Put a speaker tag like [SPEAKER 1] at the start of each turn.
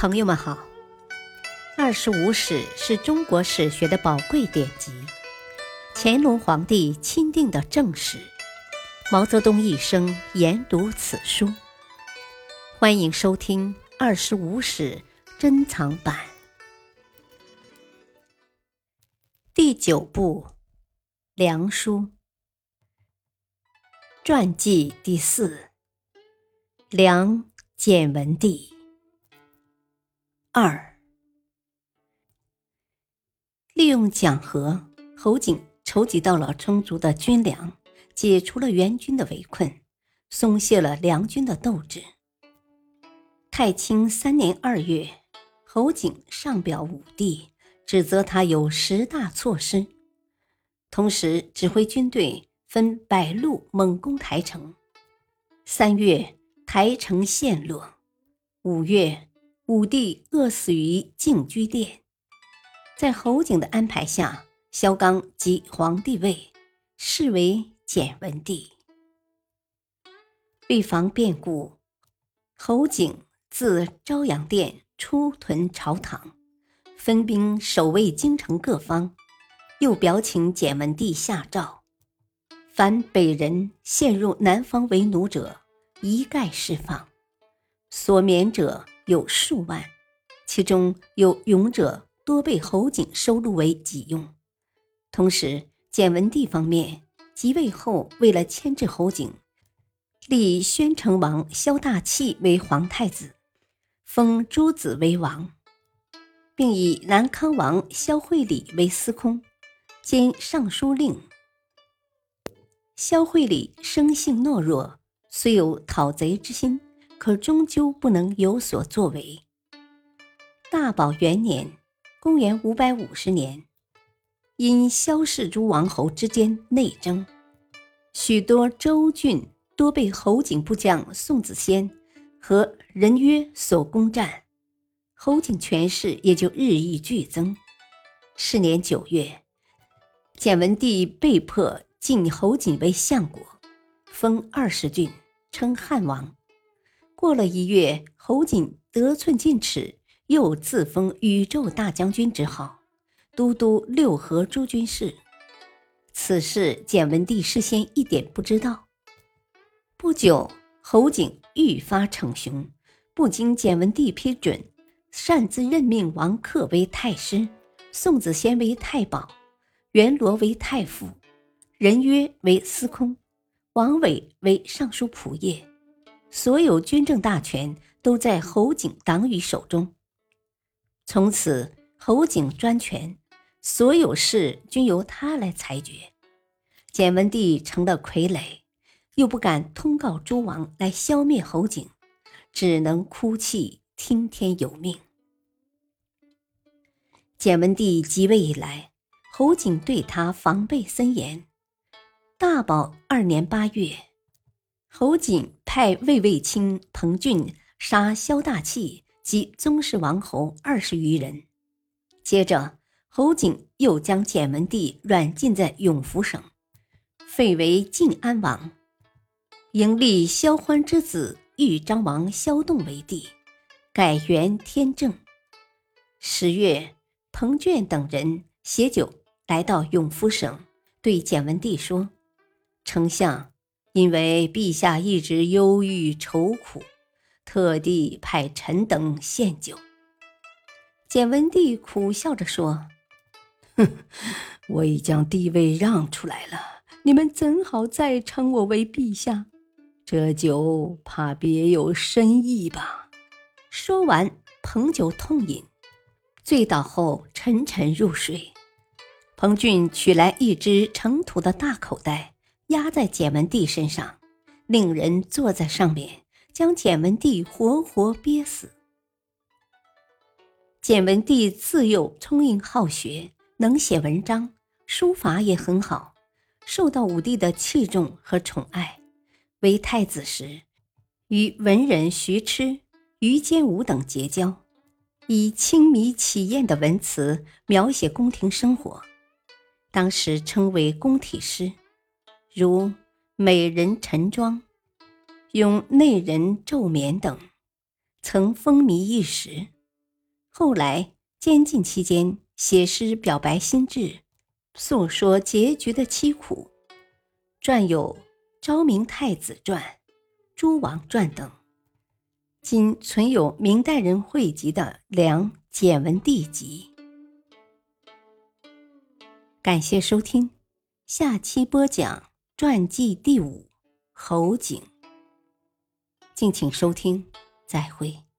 [SPEAKER 1] 朋友们好，《25史》是中国史学的宝贵典籍，乾隆皇帝钦定的正史，毛泽东一生研读此书。欢迎收听《25史》珍藏版第9部《梁书》传记第4，梁简文帝2。利用讲和，侯景筹集到了充足的军粮，解除了元军的围困，松懈了梁军的斗志。太清3年2月，侯景上表武帝，指责他有10大错失，同时指挥军队分百路猛攻台城。3月，台城陷落。5月，武帝饿死于静居殿。在侯景的安排下，萧纲即皇帝位，是为简文帝。为防变故，侯景自昭阳殿出屯朝堂，分兵守卫京城各方，又表请简文帝下诏，凡北人陷入南方为奴者，一概释放，所免者有数万，其中有勇者多被侯景收录为己用。同时，简文帝方面即位后，为了牵制侯景，立宣城王萧大器为皇太子，封诸子为王，并以南康王萧惠礼为司空，兼尚书令。萧惠礼生性懦弱，虽有讨贼之心，可终究不能有所作为。大宝元年，公元550年，因萧氏诸王侯之间内争，许多州郡多被侯景部将宋子仙和任约所攻占，侯景权势也就日益剧增。是年9月，简文帝被迫晋侯景为相国，封20郡，称汉王。过了1月，侯景得寸进尺，又自封宇宙大将军之号，都督六合诸军事。此事简文帝事先一点不知道。不久，侯景愈发逞雄，不经简文帝批准，擅自任命王克为太师，宋子贤为太保，元罗为太傅，任约为司空，王伟为尚书仆射。所有军政大权都在侯景党羽手中。从此，侯景专权，所有事均由他来裁决。简文帝成了傀儡，又不敢通告诸王来消灭侯景，只能哭泣，听天由命。简文帝即位以来，侯景对他防备森严。大宝2年8月，侯景派卫尉卿彭俊杀萧大器及宗室王侯20余人。接着，侯景又将简文帝软禁在永福省，废为晋安王，迎立萧欢之子豫章王萧栋为帝，改元天正。10月，彭卷等人携酒来到永福省，对简文帝说：丞相，因为陛下一直忧郁愁苦，特地派臣等献酒。简文帝苦笑着说：我已将帝位让出来了，你们怎好再称我为陛下？这酒怕别有深意吧。说完，捧酒痛饮，醉倒后沉沉入睡。彭俊取来一只盛土的大口袋，压在简文帝身上，令人坐在上面，将简文帝活活憋死。简文帝自幼聪颖好学，能写文章，书法也很好，受到武帝的器重和宠爱。为太子时，与文人徐痴、于坚武等结交，以清靡起艳的文辞描写宫廷生活，当时称为宫体诗，如美人陈庄、咏内人昼眠等，曾风靡一时。 后来监禁期间写诗表白心志，诉说结局的凄苦，撰有《昭明太子传》《诸王传》等，今存有明代人汇集的良简文帝集。感谢收听，下期播讲传记第5侯景，敬请收听，再会。